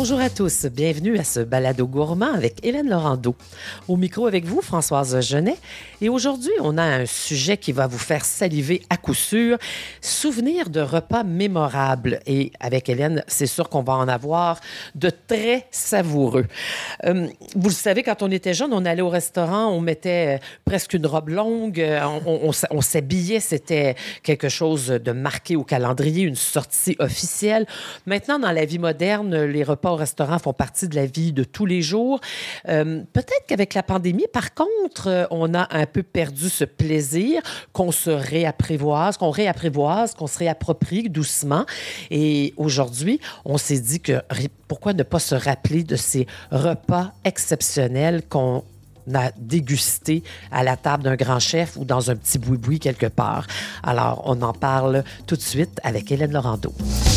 Bonjour à tous, bienvenue à ce balado gourmand avec Hélène Laurando. Au micro avec vous, Françoise Genet. Et aujourd'hui, on a un sujet qui va vous faire saliver à coup sûr. Souvenirs de repas mémorables. Et avec Hélène, c'est sûr qu'on va en avoir de très savoureux. Vous le savez, quand on était jeune, on allait au restaurant, on mettait presque une robe longue, on s'habillait, c'était quelque chose de marqué au calendrier, une sortie officielle. Maintenant, dans la vie moderne, les repas au restaurant font partie de la vie de tous les jours. Peut-être qu'avec la pandémie, par contre, on a un peu perdu ce plaisir qu'on se réapprivoise, qu'on se réapproprie doucement. Et aujourd'hui, on s'est dit que pourquoi ne pas se rappeler de ces repas exceptionnels qu'on a dégusté à la table d'un grand chef ou dans un petit boui-boui quelque part. Alors, on en parle tout de suite avec Hélène Laurando.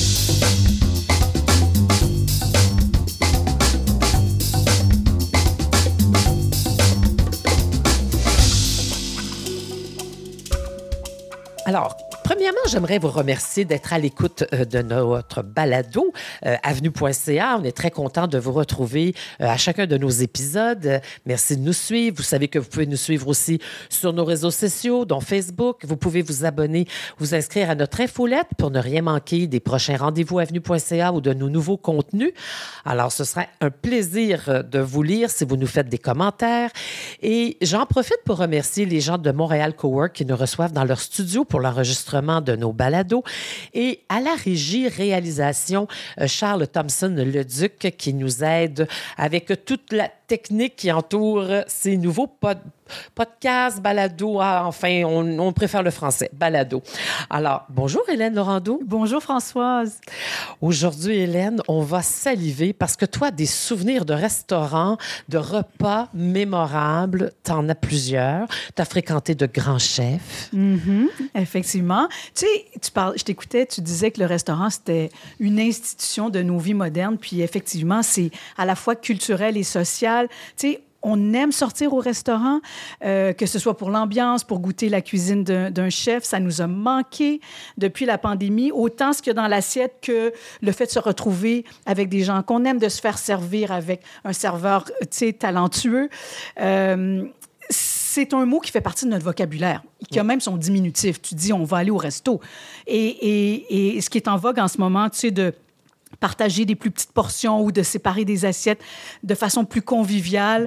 Alors, premièrement, j'aimerais vous remercier d'être à l'écoute de notre balado, avenue.ca. On est très content de vous retrouver à chacun de nos épisodes. Merci de nous suivre. Vous savez que vous pouvez nous suivre aussi sur nos réseaux sociaux, dont Facebook. Vous pouvez vous abonner, vous inscrire à notre infolette pour ne rien manquer des prochains rendez-vous avenue.ca ou de nos nouveaux contenus. Alors, ce sera un plaisir de vous lire si vous nous faites des commentaires. Et j'en profite pour remercier les gens de Montréal Cowork qui nous reçoivent dans leur studio pour l'enregistrement de nos balados. Et à la réalisation, Charles Thompson-Leduc qui nous aide avec toute la technique qui entoure ces nouveaux podcasts, balados. Enfin, on préfère le français, balado. Alors, bonjour Hélène Laurando. Bonjour Françoise. Aujourd'hui, Hélène, on va saliver parce que toi, des souvenirs de restaurants, de repas mémorables, t'en as plusieurs. T'as fréquenté de grands chefs. Effectivement. Tu sais, je t'écoutais, tu disais que le restaurant, c'était une institution de nos vies modernes. Puis effectivement, c'est à la fois culturel et social. Tu sais, on aime sortir au restaurant, que ce soit pour l'ambiance, pour goûter la cuisine d'un chef. Ça nous a manqué depuis la pandémie, autant ce qu'il y a dans l'assiette que le fait de se retrouver avec des gens qu'on aime, de se faire servir avec un serveur, tu sais, talentueux. C'est un mot qui fait partie de notre vocabulaire, qui a même son diminutif. Tu dis, on va aller au resto. Et ce qui est en vogue en ce moment, tu sais, de partager des plus petites portions ou de séparer des assiettes de façon plus conviviale.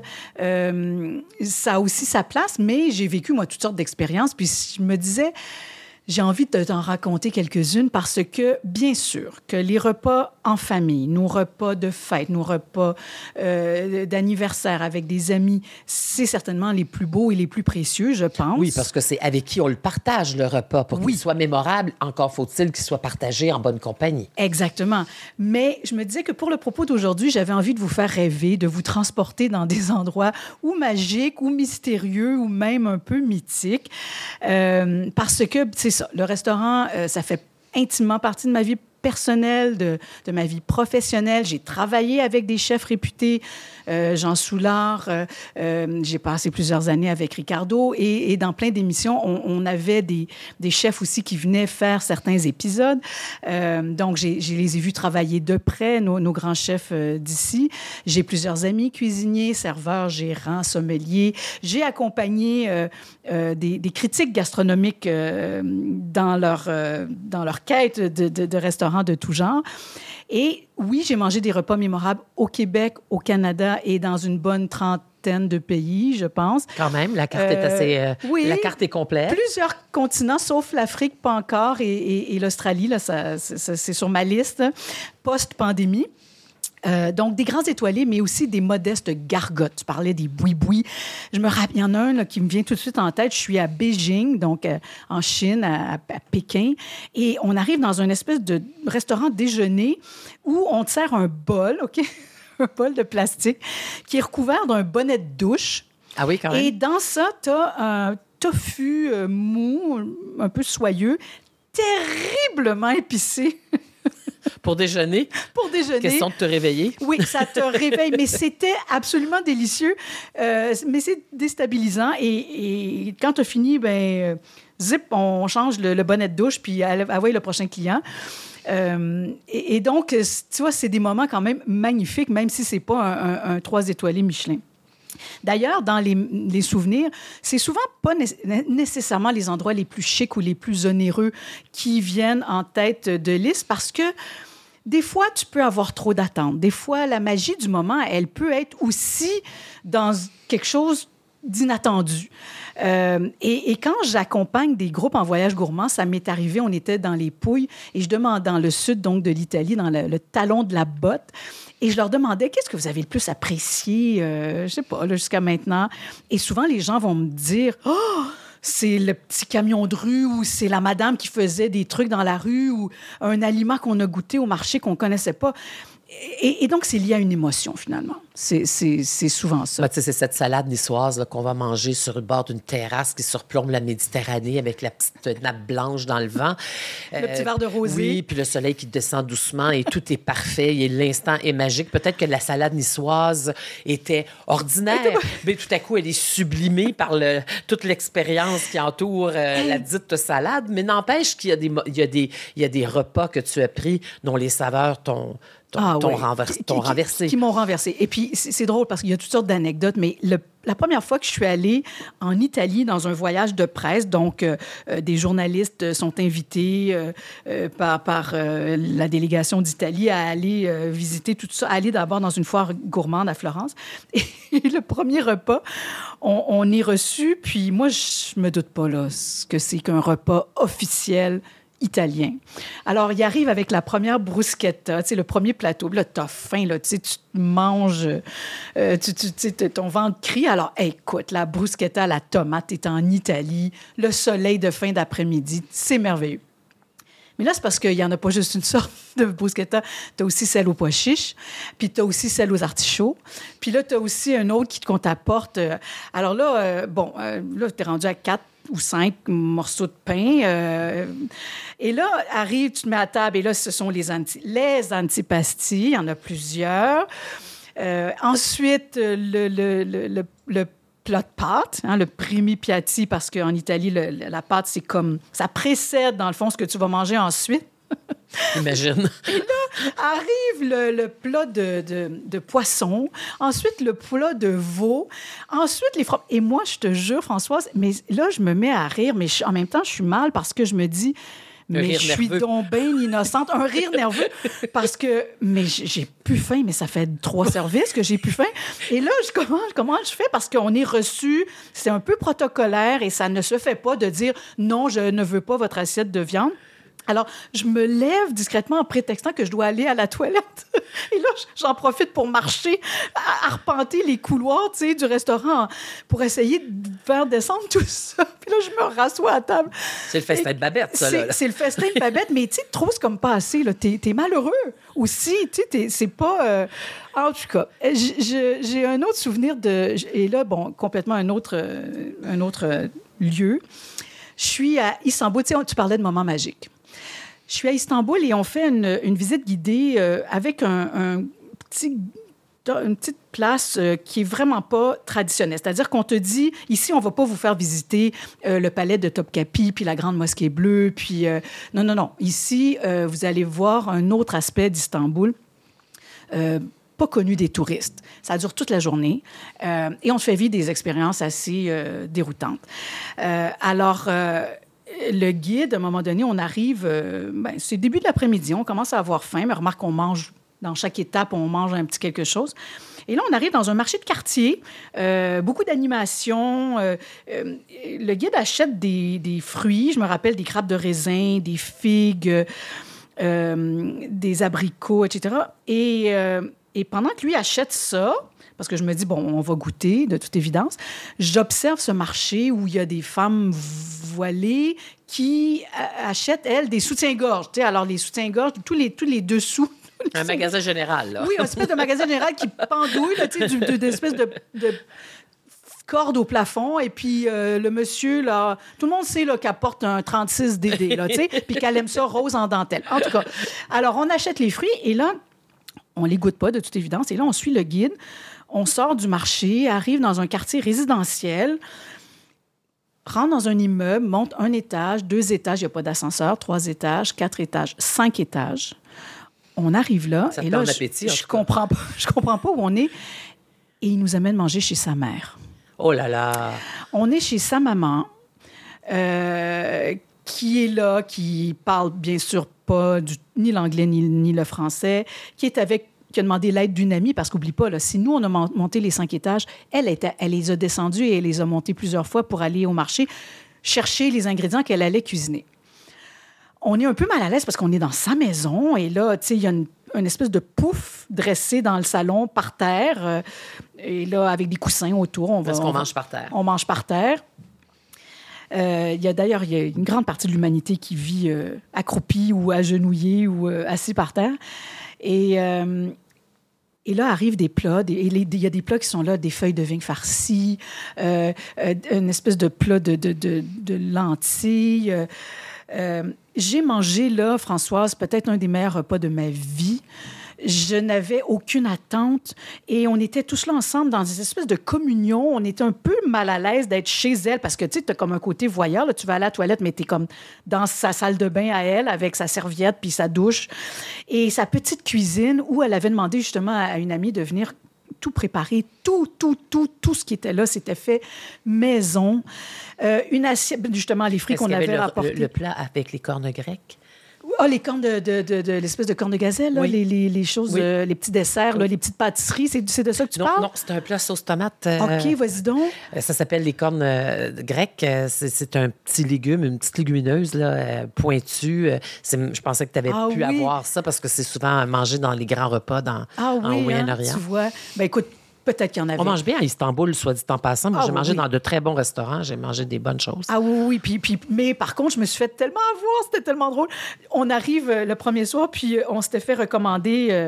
Ça a aussi sa place, mais j'ai vécu, moi, toutes sortes d'expériences. Puis je me disais, j'ai envie de t'en raconter quelques-unes parce que, bien sûr, que les repas en famille, nos repas de fête, nos repas d'anniversaire avec des amis, c'est certainement les plus beaux et les plus précieux, je pense. Oui, parce que c'est avec qui on le partage, le repas. Pour qu'il soit mémorable, encore faut-il qu'il soit partagé en bonne compagnie. Exactement. Mais je me disais que pour le propos d'aujourd'hui, j'avais envie de vous faire rêver, de vous transporter dans des endroits ou magiques, ou mystérieux, ou même un peu mythiques. Parce que, c'est ça, le restaurant, ça fait intimement partie de ma vie personnelle, de ma vie professionnelle. J'ai travaillé avec des chefs réputés, Jean Soulard, j'ai passé plusieurs années avec Ricardo et dans plein d'émissions, on avait des chefs aussi qui venaient faire certains épisodes. Donc, je les ai vus travailler de près, nos grands chefs d'ici. J'ai plusieurs amis cuisiniers, serveurs, gérants, sommeliers. J'ai accompagné des critiques gastronomiques dans leur quête de restaurants de tout genre. Et oui, j'ai mangé des repas mémorables au Québec, au Canada et dans une bonne trentaine de pays, je pense. Quand même, la carte est assez... oui, la carte est complète. Plusieurs continents, sauf l'Afrique, pas encore, et l'Australie, là, c'est sur ma liste, post-pandémie. Donc, des grands étoilés, mais aussi des modestes gargotes. Tu parlais des boui-boui. Je me rappelle, il y en a un là, qui me vient tout de suite en tête. Je suis à Beijing, donc en Chine, à Pékin, et on arrive dans une espèce de restaurant déjeuner où on te sert un bol, OK? Un bol de plastique qui est recouvert d'un bonnet de douche. Ah oui, quand même. Et dans ça, tu as un tofu mou, un peu soyeux, terriblement épicé. Pour déjeuner? Pour déjeuner. Question de te réveiller? Oui, ça te réveille, mais c'était absolument délicieux. Mais c'est déstabilisant. Et quand tu as fini, zip, on change le bonnet de douche, puis envoie le prochain client. Et donc, tu vois, c'est des moments quand même magnifiques, même si c'est pas un 3 étoilés Michelin. D'ailleurs, dans les souvenirs, c'est souvent pas nécessairement les endroits les plus chics ou les plus onéreux qui viennent en tête de liste parce que des fois, tu peux avoir trop d'attentes. Des fois, la magie du moment, elle peut être aussi dans quelque chose d'inattendu. Et quand j'accompagne des groupes en voyage gourmand, ça m'est arrivé, on était dans les Pouilles et je demande dans le sud donc de l'Italie, dans le talon de la botte, et je leur demandais qu'est-ce que vous avez le plus apprécié, je sais pas, là, jusqu'à maintenant. Et souvent, les gens vont me dire « Oh! C'est le petit camion de rue ou c'est la madame qui faisait des trucs dans la rue ou un aliment qu'on a goûté au marché qu'on ne connaissait pas. » Et donc, c'est lié à une émotion, finalement. C'est souvent ça. Ben, tu sais, c'est cette salade niçoise là, qu'on va manger sur le bord d'une terrasse qui surplombe la Méditerranée avec la petite nappe blanche dans le vent. Le petit verre de rosé. Oui, puis le soleil qui descend doucement et tout est parfait et l'instant est magique. Peut-être que la salade niçoise était ordinaire, mais tout à coup, elle est sublimée par toute l'expérience qui entoure la dite salade. Mais n'empêche qu'il y a des repas que tu as pris dont les saveurs t'ont renversé. Qui m'ont renversé. Et puis, c'est drôle parce qu'il y a toutes sortes d'anecdotes, mais la première fois que je suis allée en Italie dans un voyage de presse, donc des journalistes sont invités par la délégation d'Italie à aller visiter tout ça, aller d'abord dans une foire gourmande à Florence. Et le premier repas, on est reçu, puis moi, je me doute pas là, que c'est qu'un repas officiel italien. Alors, il arrive avec la première bruschetta, tu sais, le premier plateau. Là, t'as faim, là, tu sais, tu te manges, ton ventre crie. Alors, écoute, la bruschetta à la tomate est en Italie, le soleil de fin d'après-midi, c'est merveilleux. Mais là, c'est parce qu'il n'y en a pas juste une sorte de bruschetta. Tu as aussi celle aux pois chiches, puis tu as aussi celle aux artichauts. Puis là, tu as aussi un autre qu'on t'apporte. Alors là, là, tu es rendu à 4 ou 5 morceaux de pain. Et là, arrive, tu te mets à table, et là, ce sont les antipasti. Il y en a plusieurs. Ensuite, le plat de pâte, hein, le primi piatti, parce qu'en Italie, la pâte, c'est comme... Ça précède, dans le fond, ce que tu vas manger ensuite. Imagine. Et là, arrive le plat de poisson, ensuite le plat de veau, ensuite les fromages. Et moi, je te jure, Françoise, mais là, je me mets à rire, mais en même temps, je suis mal parce que je me dis... Mais je suis donc bien innocente. Un rire nerveux parce que... Mais j'ai plus faim, mais ça fait 3 services que j'ai plus faim. Et là, comment je fais? Parce qu'on est reçu, c'est un peu protocolaire et ça ne se fait pas de dire « Non, je ne veux pas votre assiette de viande ». Alors, je me lève discrètement en prétextant que je dois aller à la toilette. Et là, j'en profite pour marcher, arpenter les couloirs, tu sais, du restaurant pour essayer de faire descendre tout ça. Puis là, je me rassois à table. C'est le festin de Babette, ça, là. C'est le festin de Babette, mais tu sais, trop, c'est comme pas assez, là. T'es malheureux aussi, tu sais, c'est pas... En tout cas, j'ai un autre souvenir de... Et là, bon, complètement un autre lieu. Je suis à Istanbul. Tu sais, tu parlais de moments magiques. Je suis à Istanbul et on fait une visite guidée avec une petite place qui est vraiment pas traditionnelle. C'est-à-dire qu'on te dit, ici, on va pas vous faire visiter le palais de Topkapi, puis la grande mosquée bleue, puis... Non. Ici, vous allez voir un autre aspect d'Istanbul, pas connu des touristes. Ça dure toute la journée et on te fait vivre des expériences assez déroutantes. Alors... le guide, à un moment donné, on arrive, c'est le début de l'après-midi, on commence à avoir faim, mais remarque qu'on mange, dans chaque étape, on mange un petit quelque chose. Et là, on arrive dans un marché de quartier, beaucoup d'animation. Le guide achète des fruits, je me rappelle des grappes de raisin, des figues, des abricots, etc. Et pendant que lui achète ça, parce que je me dis, bon, on va goûter, de toute évidence, j'observe ce marché où il y a des femmes voilées qui achètent, elles, des soutiens-gorge. Tu sais, alors, les soutiens-gorge, tous les dessous. Un magasin général, là. Oui, un espèce de magasin général qui pendouille, là, tu sais, d'une espèce de corde au plafond. Et puis, le monsieur, là, tout le monde sait là, qu'elle porte un 36 DD, là, tu sais, puis qu'elle aime ça rose en dentelle. En tout cas, alors, on achète les fruits et là, on les goûte pas, de toute évidence. Et là, on suit le guide. On sort du marché, arrive dans un quartier résidentiel. rentre dans un immeuble, monte 1 étage, 2 étages, il n'y a pas d'ascenseur, 3 étages, 4 étages, 5 étages. On arrive là, ça et te là, donne appétit, je comprends pas où on est. Et il nous amène manger chez sa mère. Oh là là! On est chez sa maman, qui est là, qui parle bien sûr pas ni l'anglais ni le français, qui a demandé l'aide d'une amie, parce qu'oublie pas, là, si nous, on a monté les 5 étages, elle les a descendus et elle les a montés plusieurs fois pour aller au marché chercher les ingrédients qu'elle allait cuisiner. On est un peu mal à l'aise parce qu'on est dans sa maison et là, tu sais, il y a une espèce de pouf dressé dans le salon par terre et là, avec des coussins autour. Parce qu'on mange par terre. On mange par terre. Il y a une grande partie de l'humanité qui vit accroupie ou agenouillée ou assis par terre. Et là, arrivent des plats. Il y a des plats qui sont là, des feuilles de vigne farcies, une espèce de plat de lentilles. J'ai mangé, là, Françoise, peut-être un des meilleurs repas de ma vie. Je n'avais aucune attente et on était tous là ensemble dans des espèces de communion. On était un peu mal à l'aise d'être chez elle parce que, tu sais, tu as comme un côté voyeur. Là, tu vas à la toilette, mais tu es comme dans sa salle de bain à elle avec sa serviette puis sa douche et sa petite cuisine où elle avait demandé justement à une amie de venir tout préparer, tout ce qui était là, c'était fait maison. Une assiette, justement, les fruits qu'on avait rapportés. Le plat avec les cornes grecques? Ah, les cornes de l'espèce de cornes de gazelle, là, oui. les choses, oui. Les petits desserts, là, les petites pâtisseries, c'est de ça que tu parles? Non, c'est un plat sauce tomate. OK, vas-y donc. Ça s'appelle les cornes grecques. C'est un petit légume, une petite légumineuse là, pointue. Je pensais que tu avais pu avoir ça parce que c'est souvent mangé dans les grands repas en Moyen-Orient. Tu vois. Ben écoute, peut-être qu'il y en avait. On mange bien à Istanbul, soit dit en passant. Moi, j'ai mangé dans de très bons restaurants. J'ai mangé des bonnes choses. Ah oui. Mais par contre, je me suis fait tellement avoir. C'était tellement drôle. On arrive le premier soir, puis on s'était fait recommander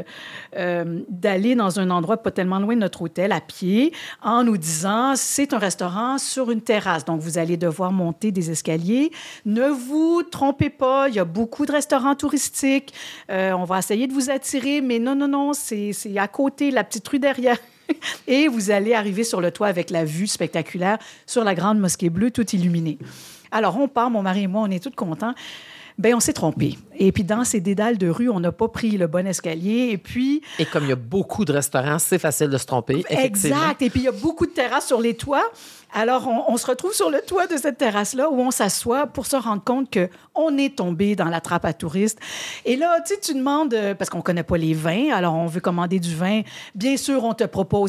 d'aller dans un endroit pas tellement loin de notre hôtel, à pied, en nous disant, c'est un restaurant sur une terrasse. Donc, vous allez devoir monter des escaliers. Ne vous trompez pas. Il y a beaucoup de restaurants touristiques. On va essayer de vous attirer, mais non, c'est à côté, la petite rue derrière. Et vous allez arriver sur le toit avec la vue spectaculaire sur la grande mosquée bleue, toute illuminée. Alors, on part, mon mari et moi, on est tous contents. Bien, on s'est trompé. Et puis, dans ces dédales de rue, on n'a pas pris le bon escalier. Et puis... Et comme il y a beaucoup de restaurants, c'est facile de se tromper, effectivement. Exact. Et puis, il y a beaucoup de terrasses sur les toits. Alors, on se retrouve sur le toit de cette terrasse-là où on s'assoit pour se rendre compte qu'on est tombé dans la trappe à touristes. Et là, tu demandes, parce qu'on ne connaît pas les vins, alors on veut commander du vin. Bien sûr, on te propose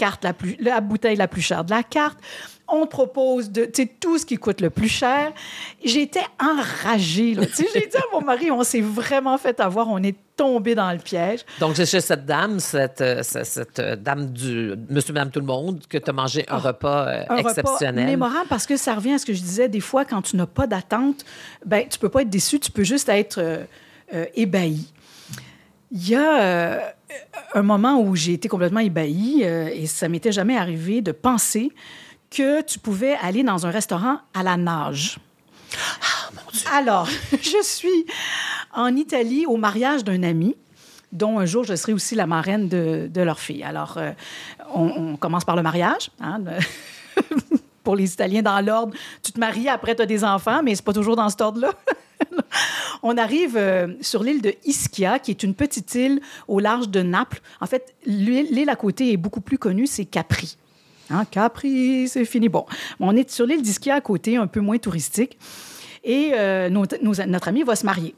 la bouteille la plus chère de la carte. On te propose tout ce qui coûte le plus cher. J'étais enragée. Là. J'ai dit à mon mari, on s'est vraiment fait avoir, on est tombé dans le piège. Donc, c'est chez cette dame, cette dame du Monsieur, Madame, tout le monde, que tu as mangé un repas exceptionnel. Repas mémorable parce que ça revient à ce que je disais. Des fois, quand tu n'as pas d'attente, ben, tu peux pas être déçu, tu peux juste être ébahi. Il y a un moment où j'ai été complètement ébahie et ça m'était jamais arrivé de penser que tu pouvais aller dans un restaurant à la nage. Ah, mon Dieu! Alors, je suis en Italie au mariage d'un ami, dont un jour je serai aussi la marraine de leur fille. Alors, on commence par le mariage. Hein, pour les Italiens, dans l'ordre, tu te maries, après tu as des enfants, mais c'est pas toujours dans cet ordre-là. On arrive sur l'île de Ischia, qui est une petite île au large de Naples. En fait, l'île à côté est beaucoup plus connue, c'est Capri. Hein, Capri, c'est fini. Bon, on est sur l'île d'Ischia à côté, un peu moins touristique. Et notre ami va se marier.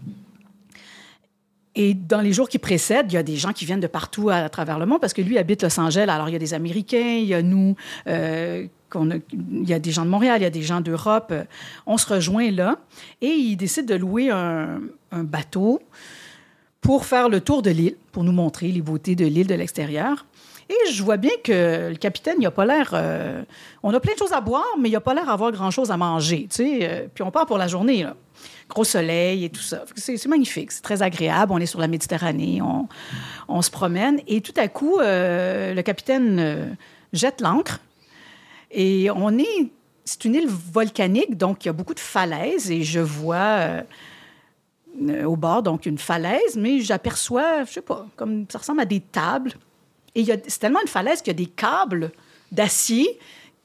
Et dans les jours qui précèdent, il y a des gens qui viennent de partout à travers le monde parce que lui habite Los Angeles. Alors, il y a des Américains, il y a nous, il y a des gens de Montréal, il y a des gens d'Europe. On se rejoint là et il décide de louer un bateau pour faire le tour de l'île, pour nous montrer les beautés de l'île de l'extérieur. Et je vois bien que le capitaine, il n'a pas l'air... on a plein de choses à boire, mais il n'a pas l'air d'avoir grand-chose à manger, tu sais. Puis on part pour la journée, là. Gros soleil et tout ça. C'est magnifique, c'est très agréable. On est sur la Méditerranée, on se promène. Et tout à coup, le capitaine jette l'ancre. Et c'est une île volcanique, donc il y a beaucoup de falaises. Et je vois au bord, donc, une falaise, mais j'aperçois, je sais pas, comme ça ressemble à des tables. Et c'est tellement une falaise qu'il y a des câbles d'acier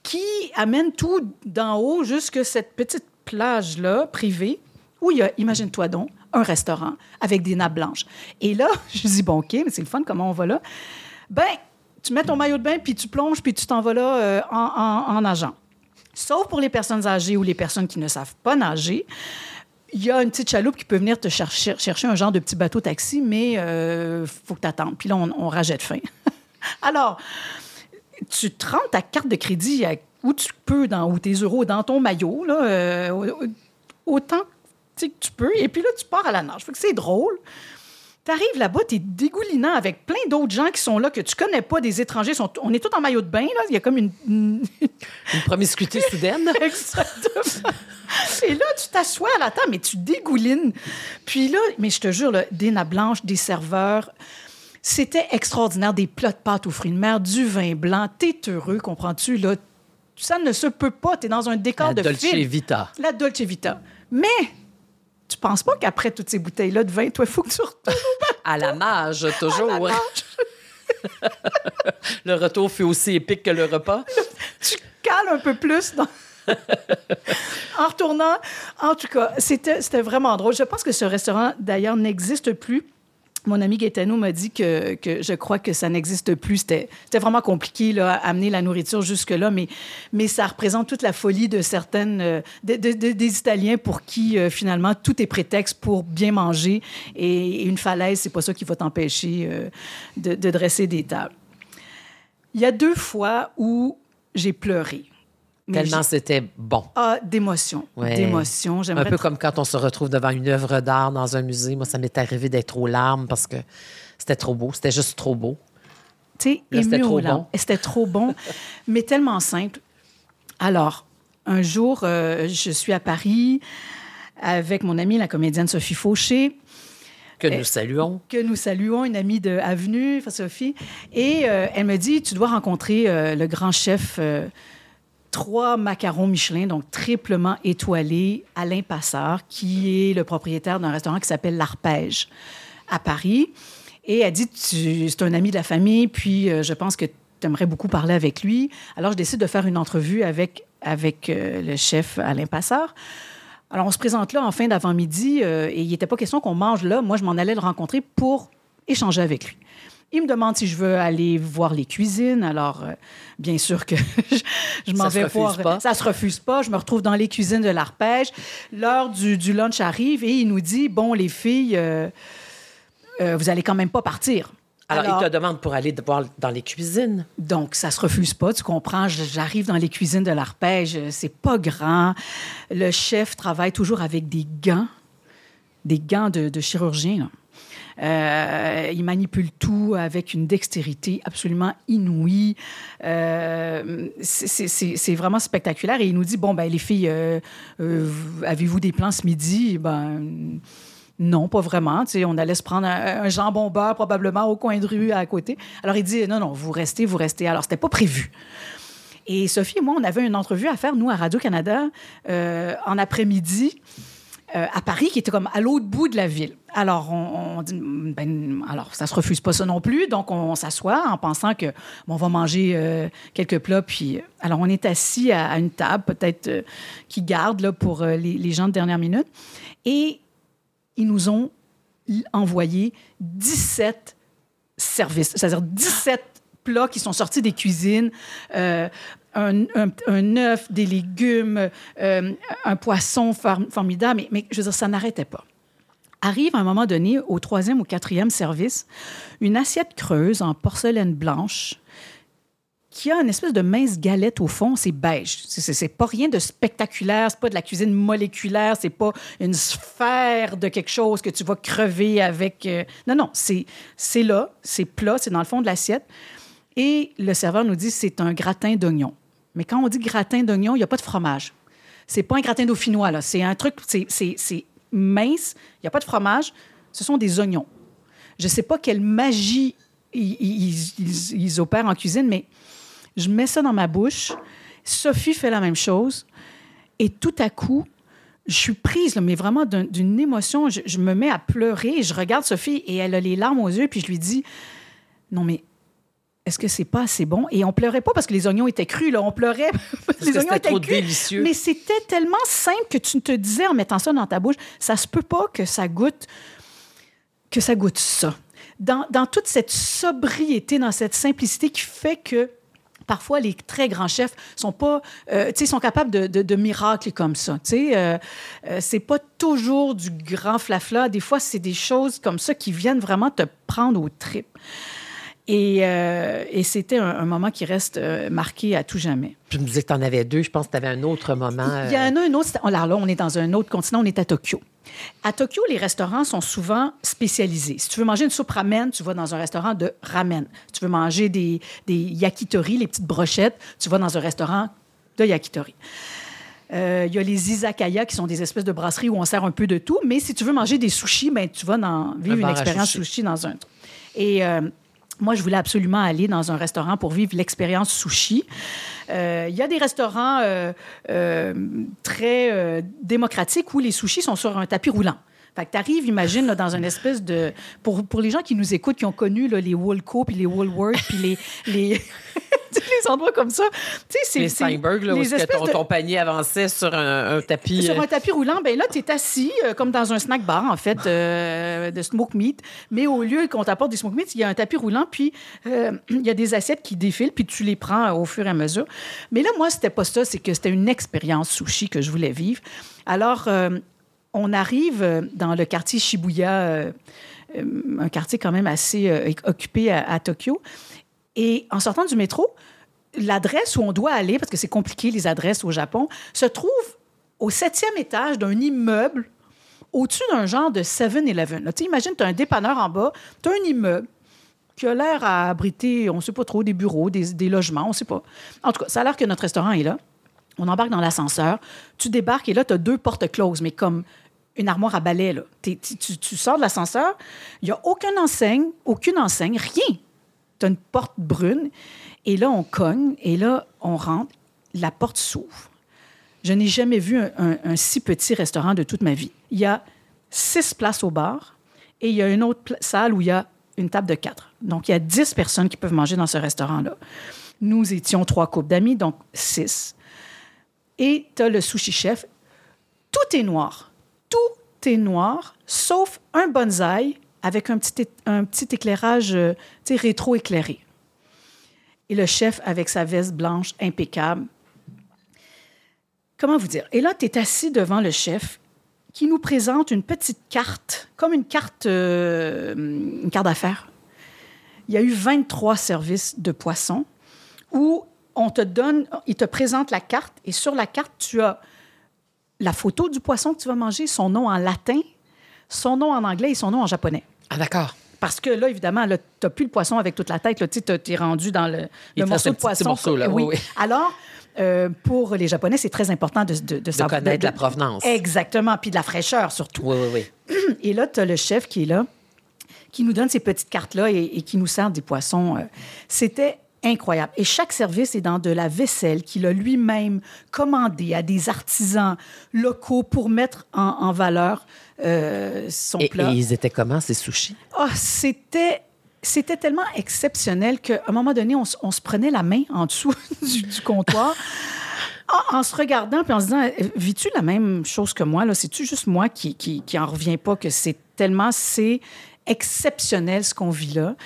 qui amène tout d'en haut jusqu'à cette petite plage-là, privée, où il y a, imagine-toi donc, un restaurant avec des nappes blanches. Et là, je dis, bon, OK, mais c'est le fun, comment on va là? Ben, tu mets ton maillot de bain, puis tu plonges, puis tu t'en vas là en nageant. Sauf pour les personnes âgées ou les personnes qui ne savent pas nager. Il y a une petite chaloupe qui peut venir te chercher un genre de petit bateau-taxi, mais il faut que tu attendes. Puis là, on rajette fin. Alors, tu te rends ta carte de crédit où tu peux, ou tes euros dans ton maillot, là, autant que tu peux. Et puis là, tu pars à la nage. Fait que c'est drôle. Tu arrives là-bas, tu es dégoulinant avec plein d'autres gens qui sont là, que tu connais pas, des étrangers. On est tous en maillot de bain, là. Il y a comme une Une promiscuité soudaine. Exactement. Et là, tu t'assois à la table, mais tu dégoulines. Puis là, mais je te jure, là, des nappes blanches, des serveurs... C'était extraordinaire, des plats de pâtes aux fruits de mer, du vin blanc. T'es heureux, comprends-tu? Là, ça ne se peut pas. T'es dans un décor de film. La Dolce Vita. La Dolce Vita. Mais tu penses pas qu'après toutes ces bouteilles-là de vin, toi, il faut que tu retournes à la nage, toujours. À la nage. Le retour fut aussi épique que le repas. Tu cales un peu plus en retournant. En tout cas, c'était vraiment drôle. Je pense que ce restaurant, d'ailleurs, n'existe plus. Mon ami Gaetano m'a dit que je crois que ça n'existe plus. C'était vraiment compliqué là, à amener la nourriture jusque-là, mais ça représente toute la folie de certaines des Italiens pour qui, finalement, tout est prétexte pour bien manger. Et une falaise, c'est pas ça qui va t'empêcher de dresser des tables. Il y a 2 fois où j'ai pleuré. Tellement c'était bon. Ah, d'émotion. Ouais. D'émotion. Un peu comme quand on se retrouve devant une œuvre d'art dans un musée. Moi, ça m'est arrivé d'être aux larmes parce que c'était trop beau. C'était juste trop beau. Tu sais, c'était trop bon. C'était trop bon, mais tellement simple. Alors, un jour, je suis à Paris avec mon amie, la comédienne Sophie Fauché. Que nous saluons. Que nous saluons, une amie de Avenue, Sophie. Et elle me dit, tu dois rencontrer le grand chef... 3 macarons Michelin, donc triplement étoilés, Alain Passard, qui est le propriétaire d'un restaurant qui s'appelle L'Arpège à Paris. Et elle dit, c'est un ami de la famille, puis je pense que tu aimerais beaucoup parler avec lui. Alors, je décide de faire une entrevue avec le chef Alain Passard. Alors, on se présente là en fin d'avant-midi et il n'était pas question qu'on mange là. Moi, je m'en allais le rencontrer pour échanger avec lui. Il me demande si je veux aller voir les cuisines. Alors, bien sûr que je m'en vais voir. Ça se refuse pas. Je me retrouve dans les cuisines de l'Arpège. L'heure du lunch arrive et il nous dit, bon, les filles, vous allez quand même pas partir. Alors, il te demande pour aller voir dans les cuisines. Donc, ça se refuse pas, tu comprends. J'arrive dans les cuisines de l'Arpège. C'est pas grand. Le chef travaille toujours avec des gants de chirurgien, là. Il manipule tout avec une dextérité absolument inouïe. C'est vraiment spectaculaire. Et il nous dit, bon, ben les filles, avez-vous des plans ce midi? Ben non, pas vraiment. Tu sais, on allait se prendre un jambon beurre probablement au coin de rue à côté. Alors il dit, non, vous restez. Alors c'était pas prévu. Et Sophie et moi, on avait une entrevue à faire, nous, à Radio-Canada, en après-midi, à Paris, qui était comme à l'autre bout de la ville. Alors, on dit, alors, ça se refuse pas ça non plus. Donc, on s'assoit en pensant que on va manger quelques plats. Puis, alors, on est assis à une table, peut-être qui garde là, pour les gens de dernière minute. Et ils nous ont envoyé 17 services, c'est-à-dire 17 plats qui sont sortis des cuisines. Un œuf, des légumes, un poisson formidable. Mais je veux dire, ça n'arrêtait pas. Arrive à un moment donné, au 3e ou 4e service, une assiette creuse en porcelaine blanche qui a une espèce de mince galette au fond. C'est beige. C'est pas rien de spectaculaire. C'est pas de la cuisine moléculaire. C'est pas une sphère de quelque chose que tu vas crever avec... Non, c'est là, c'est plat, c'est dans le fond de l'assiette. Et le serveur nous dit c'est un gratin d'oignon. Mais quand on dit gratin d'oignon, il n'y a pas de fromage. C'est pas un gratin dauphinois, là. C'est un truc, c'est mince, il n'y a pas de fromage. Ce sont des oignons. Je ne sais pas quelle magie ils opèrent en cuisine, mais je mets ça dans ma bouche. Sophie fait la même chose. Et tout à coup, je suis prise, là, mais vraiment d'une émotion. Je me mets à pleurer. Je regarde Sophie et elle a les larmes aux yeux. Puis je lui dis, non, mais est-ce que c'est pas assez bon? Et on pleurait pas parce que les oignons étaient crus, là. On pleurait parce que les oignons étaient trop crus. Délicieux. Mais c'était tellement simple que tu te disais en mettant ça dans ta bouche, ça se peut pas que ça goûte ça. Dans toute cette sobriété, dans cette simplicité qui fait que parfois, les très grands chefs sont pas, sont capables de miracles comme ça. C'est pas toujours du grand flafla. Des fois, c'est des choses comme ça qui viennent vraiment te prendre aux tripes. Et c'était un moment qui reste marqué à tout jamais. Je me disais que tu en avais deux. Je pense que tu avais un autre moment. Il y en a un autre. Alors là, on est dans un autre continent. On est à Tokyo. À Tokyo, les restaurants sont souvent spécialisés. Si tu veux manger une soupe ramen, tu vas dans un restaurant de ramen. Si tu veux manger des yakitori, les petites brochettes, tu vas dans un restaurant de yakitori. Il y a les izakaya, qui sont des espèces de brasseries où on sert un peu de tout. Mais si tu veux manger des sushis, ben, tu vas vivre une expérience sushi dans un... Et... moi, je voulais absolument aller dans un restaurant pour vivre l'expérience sushi. Il y a des restaurants très démocratiques où les sushis sont sur un tapis roulant. Fait que tu arrives, imagine, là, dans une espèce de... Pour les gens qui nous écoutent, qui ont connu là, les Woolco, puis les Woolworths, puis les endroits comme ça. Les Steinberg, là, où ton panier avançait sur un tapis... Sur un tapis roulant, bien là, tu es assis comme dans un snack bar, en fait, de smoke meat. Mais au lieu qu'on t'apporte des smoke meat, il y a un tapis roulant, puis il y a des assiettes qui défilent, puis tu les prends au fur et à mesure. Mais là, moi, c'était pas ça. C'est que c'était une expérience sushi que je voulais vivre. Alors... on arrive dans le quartier Shibuya, un quartier quand même assez occupé à Tokyo. Et en sortant du métro, l'adresse où on doit aller, parce que c'est compliqué les adresses au Japon, se trouve au 7e étage d'un immeuble au-dessus d'un genre de 7-Eleven. Là, imagine, tu as un dépanneur en bas, tu as un immeuble qui a l'air à abriter, on ne sait pas trop, des bureaux, des logements, on ne sait pas. En tout cas, ça a l'air que notre restaurant est là. On embarque dans l'ascenseur, tu débarques et là, tu as 2 portes closes, mais comme une armoire à balai. Là. Tu sors de l'ascenseur, il n'y a aucune enseigne, rien. Tu as une porte brune et là, on cogne et là, on rentre, la porte s'ouvre. Je n'ai jamais vu un si petit restaurant de toute ma vie. Il y a 6 places au bar et il y a une autre salle où il y a une table de 4. Donc, il y a 10 personnes qui peuvent manger dans ce restaurant-là. Nous étions 3 couples d'amis, donc 6. Et tu as le sushi-chef. Tout est noir. Tout est noir, sauf un bonsaï avec un petit éclairage rétro-éclairé. Et le chef avec sa veste blanche impeccable. Comment vous dire? Et là, tu es assis devant le chef qui nous présente une petite carte, comme une carte d'affaires. Il y a eu 23 services de poissons où il te présente la carte et sur la carte, tu as la photo du poisson que tu vas manger, son nom en latin, son nom en anglais et son nom en japonais. Ah, d'accord. Parce que là, évidemment, tu n'as plus le poisson avec toute la tête. Tu es rendu dans le morceau de poisson. Morceau, là. Oui. Alors, pour les Japonais, c'est très important de savoir... connaître la provenance. Exactement. Puis de la fraîcheur, surtout. Oui. Et là, tu as le chef qui est là, qui nous donne ces petites cartes-là et qui nous sert des poissons. C'était incroyable. Et chaque service est dans de la vaisselle qu'il a lui-même commandé à des artisans locaux pour mettre en valeur son plat. Et ils étaient comment, ces sushis? Oh, c'était tellement exceptionnel qu'à un moment donné, on se prenait la main en dessous du comptoir en se regardant puis en se disant, vis-tu la même chose que moi? Là? C'est-tu juste moi qui en revient pas que c'est exceptionnel ce qu'on vit là.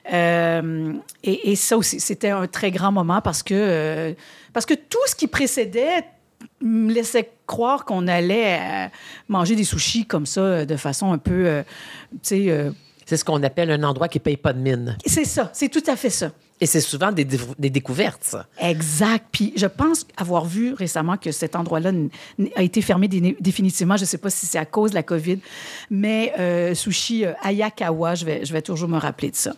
Et ça aussi, c'était un très grand moment parce que tout ce qui précédait me laissait croire qu'on allait manger des sushis comme ça de façon un peu, c'est ce qu'on appelle un endroit qui ne paye pas de mine. C'est ça, c'est tout à fait ça. Et c'est souvent des découvertes, ça. Exact. Puis je pense avoir vu récemment que cet endroit-là a été fermé définitivement. Je ne sais pas si c'est à cause de la COVID, mais Sushi Ayakawa, je vais toujours me rappeler de ça.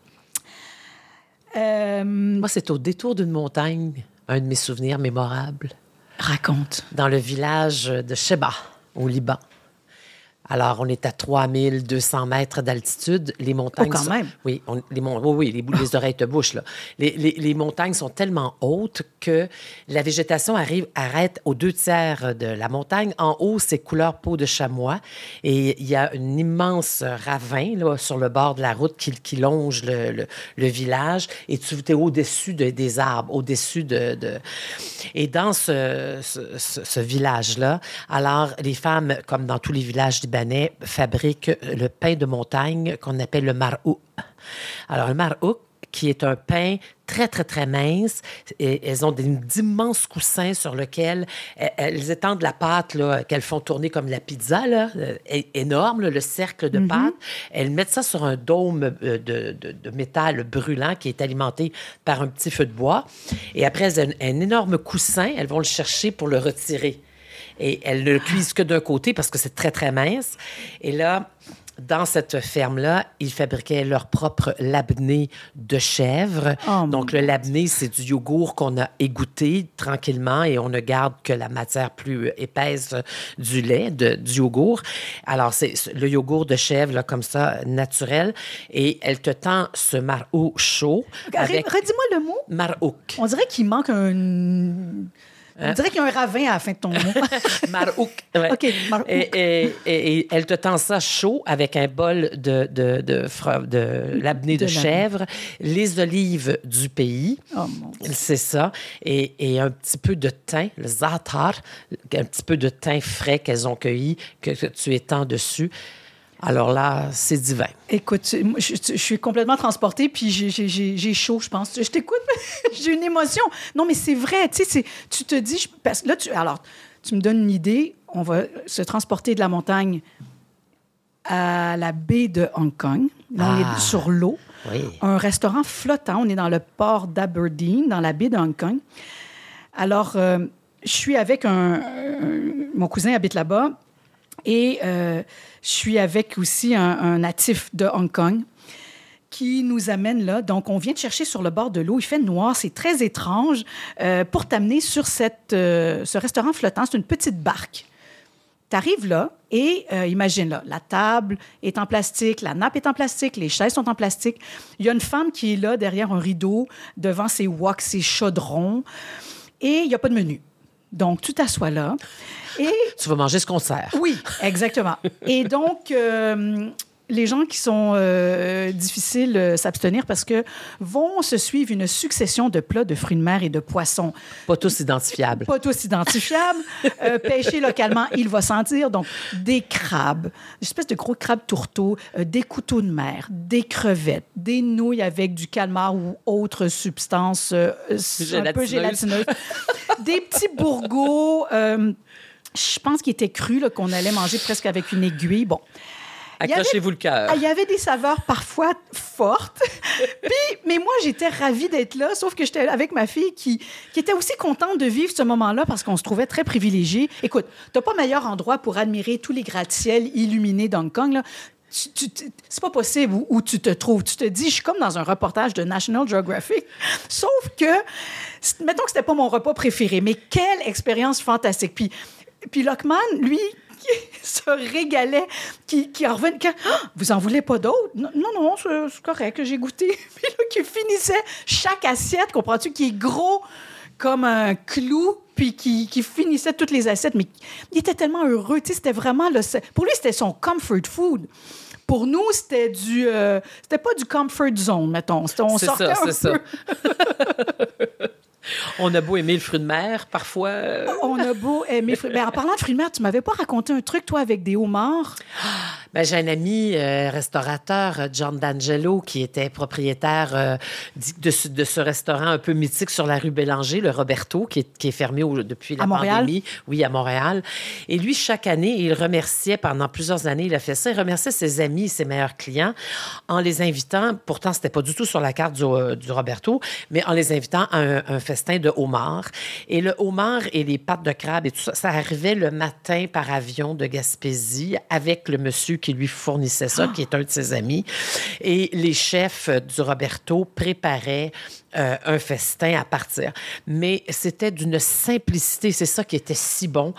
Moi, c'est au détour d'une montagne, un de mes souvenirs mémorables. Raconte. Dans le village de Sheba, au Liban. Alors, on est à 3200 mètres d'altitude. Les montagnes... Oh, quand même! Oui, les oreilles te bouchent, là. Les montagnes sont tellement hautes que la végétation arrête aux 2 tiers de la montagne. En haut, c'est couleur peau de chamois. Et il y a un immense ravin là, sur le bord de la route qui longe le village. Et tu es au-dessus des arbres, au-dessus Et dans ce village-là, alors, les femmes, comme dans tous les villages libanais, fabriquent le pain de montagne qu'on appelle le mar'ou. Alors, le mar'ou, qui est un pain très, très, très mince. Et elles ont d'immenses coussins sur lesquels elles étendent la pâte là, qu'elles font tourner comme la pizza, là, énorme, là, le cercle de pâte. Elles mettent ça sur un dôme de métal brûlant qui est alimenté par un petit feu de bois. Et après, elles ont un énorme coussin. Elles vont le chercher pour le retirer. Et elles ne le cuisent que d'un côté parce que c'est très, très mince. Et là, dans cette ferme-là, ils fabriquaient leur propre labné de chèvre. Oh, donc, le labné, c'est du yogourt qu'on a égoutté tranquillement et on ne garde que la matière plus épaisse du lait, du yogourt. Alors, c'est le yogourt de chèvre, là, comme ça, naturel. Et elle te tend ce mar'ou chaud. Redis-moi le mot. Mar'ouk. On dirait qu'il manque un... On dirait qu'il y a un ravin à la fin de ton mot. Mar'ouk. Ouais. OK, mar'ouk. Et elle te tend ça chaud avec un bol de labné de chèvre, les olives du pays. Oh, mon Dieu. C'est ça. Et un petit peu de thym, le za'atar, un petit peu de thym frais qu'elles ont cueilli, que tu étends dessus. Alors là, c'est divin. Écoute, je suis complètement transportée, puis j'ai chaud, je pense. Je t'écoute, j'ai une émotion. Non, mais c'est vrai, tu sais, tu te dis... Parce que là, tu me donnes une idée. On va se transporter de la montagne à la baie de Hong Kong. Là, on est sur l'eau. Oui. Un restaurant flottant. On est dans le port d'Aberdeen, dans la baie de Hong Kong. Alors, je suis avec mon cousin habite là-bas. Et je suis avec aussi un natif de Hong Kong qui nous amène là. Donc, on vient te chercher sur le bord de l'eau. Il fait noir. C'est très étrange pour t'amener sur ce restaurant flottant. C'est une petite barque. Tu arrives là et imagine là, la table est en plastique, la nappe est en plastique, les chaises sont en plastique. Il y a une femme qui est là derrière un rideau devant ses woks, ses chaudrons et il n'y a pas de menu. Donc, tu t'assois là. Et... Tu vas manger ce qu'on sert. Oui, exactement. Et donc, les gens qui sont difficiles à s'abstenir parce que vont se suivre une succession de plats de fruits de mer et de poissons. Pas tous identifiables. Pas tous identifiables. Pêchés localement, il va sentir. Donc, des crabes, une espèce de gros crabes tourteaux, des couteaux de mer, des crevettes, des nouilles avec du calmar ou autre substance un peu gélatineuse. Des petits bourgots, je pense qu'ils étaient crus, là, qu'on allait manger presque avec une aiguille. Bon. Accrochez-vous le cœur. Il y avait des saveurs parfois fortes. Mais moi, j'étais ravie d'être là, sauf que j'étais avec ma fille qui était aussi contente de vivre ce moment-là parce qu'on se trouvait très privilégiés. Écoute, t'as pas meilleur endroit pour admirer tous les gratte-ciels illuminés d'Hong Kong, là. C'est pas possible où tu te trouves. Tu te dis, je suis comme dans un reportage de National Geographic. Sauf que, mettons que c'était pas mon repas préféré, mais quelle expérience fantastique. Puis Lockman, lui, qui se régalait, qui en revenait. Vous en voulez pas d'autres? Non, c'est correct, j'ai goûté. Puis là, qui finissait chaque assiette, comprends-tu, qui est gros comme un clou, puis qui finissait toutes les assiettes. Mais il était tellement heureux. Tu sais, c'était vraiment... Pour lui, c'était son comfort food. Pour nous, c'était pas du comfort zone, mettons. On sortait un peu. C'est ça. On a beau aimer le fruit de mer, parfois... On a beau aimer le fruit de mer. En parlant de fruits de mer, tu m'avais pas raconté un truc, toi, avec des homards? Ben, j'ai un ami restaurateur, John D'Angelo, qui était propriétaire de ce restaurant un peu mythique sur la rue Bélanger, le Roberto, qui est fermé depuis la pandémie. Oui, à Montréal. Et lui, chaque année, il remerciait, pendant plusieurs années, il a fait ça, il remerciait ses amis, ses meilleurs clients, en les invitant, pourtant, c'était pas du tout sur la carte du Roberto, mais en les invitant à un festin de homard. Et le homard et les pâtes de crabe et tout ça, ça arrivait le matin par avion de Gaspésie avec le monsieur qui lui fournissait ça, qui est un de ses amis. Et les chefs du Roberto préparaient un festin à partir. Mais c'était d'une simplicité. C'est ça qui était si bon.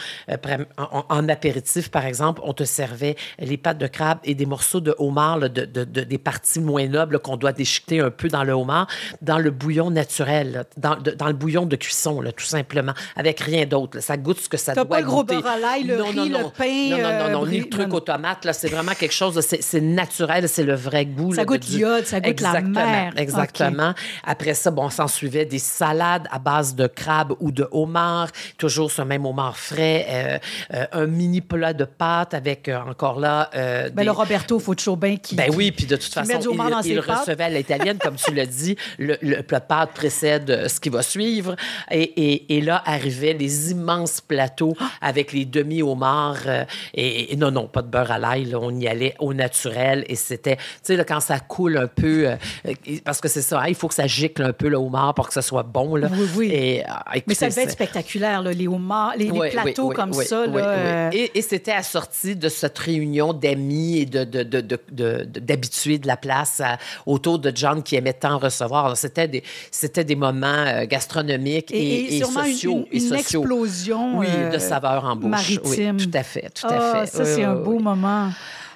En apéritif, par exemple, on te servait les pâtes de crabe et des morceaux de homard, là, des parties moins nobles là, qu'on doit déchiqueter un peu dans le homard, dans le bouillon naturel, là, dans le bouillon de cuisson, là, tout simplement, avec rien d'autre. Là. Ça goûte ce que ça doit goûter. T'as pas le gros beurre à l'ail, le riz, le pain... Non, ni le truc aux tomates. Là, c'est vraiment quelque chose, c'est naturel, c'est le vrai goût. Ça goûte l'iode, ça goûte la mer. Exactement. Okay. Après ça, bon, s'en suivait des salades à base de crabe ou de homard, toujours ce même homard frais, un mini plat de pâtes avec, encore là... le Roberto, il faut toujours bien qu'il... Ben oui, puis de toute façon, il recevait à l'italienne, comme tu l'as dit, le plat de pâtes précède ce qui va suivre. Et là, arrivaient les immenses plateaux avec les demi-homards. Et non, pas de beurre à l'ail. Là, on y allait au naturel. Et c'était, tu sais, là, quand ça coule un peu, parce que c'est ça, hein, il faut que ça gicle un peu le homard pour que ça soit bon. Là. Oui. Écoutez, mais ça devait être spectaculaire, là, les homards, les plateaux comme ça. Oui. Et c'était assorti de cette réunion d'amis et d'habitués de la place autour de John qui aimait tant recevoir. Alors, c'était des moments gastronomiques et sociaux. Une explosion de saveurs en bouche. Maritime. Oui, tout à fait. Ça, c'est un beau moment.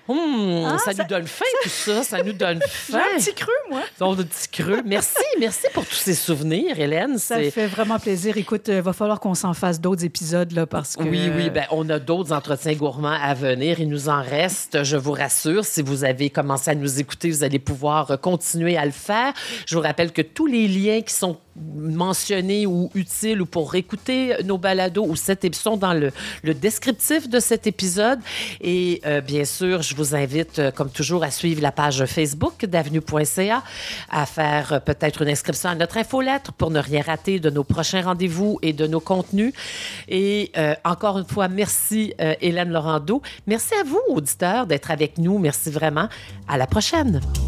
Ça nous donne faim, tout ça. Ça nous donne faim. J'ai un petit creux, moi. Un petit creux. Merci pour tous ces souvenirs, Hélène. Ça fait vraiment plaisir. Écoute, il va falloir qu'on s'en fasse d'autres épisodes, là, parce que... Oui, on a d'autres entretiens gourmands à venir. Il nous en reste, je vous rassure. Si vous avez commencé à nous écouter, vous allez pouvoir continuer à le faire. Je vous rappelle que tous les liens qui sont mentionnés ou utiles ou pour écouter nos balados ou sont dans le descriptif de cet épisode. Et bien sûr, je vous invite, comme toujours, à suivre la page Facebook d'avenue.ca, à faire peut-être une inscription à notre infolettre pour ne rien rater de nos prochains rendez-vous et de nos contenus. Et encore une fois, merci Hélène Laurando. Merci à vous, auditeurs, d'être avec nous. Merci vraiment. À la prochaine.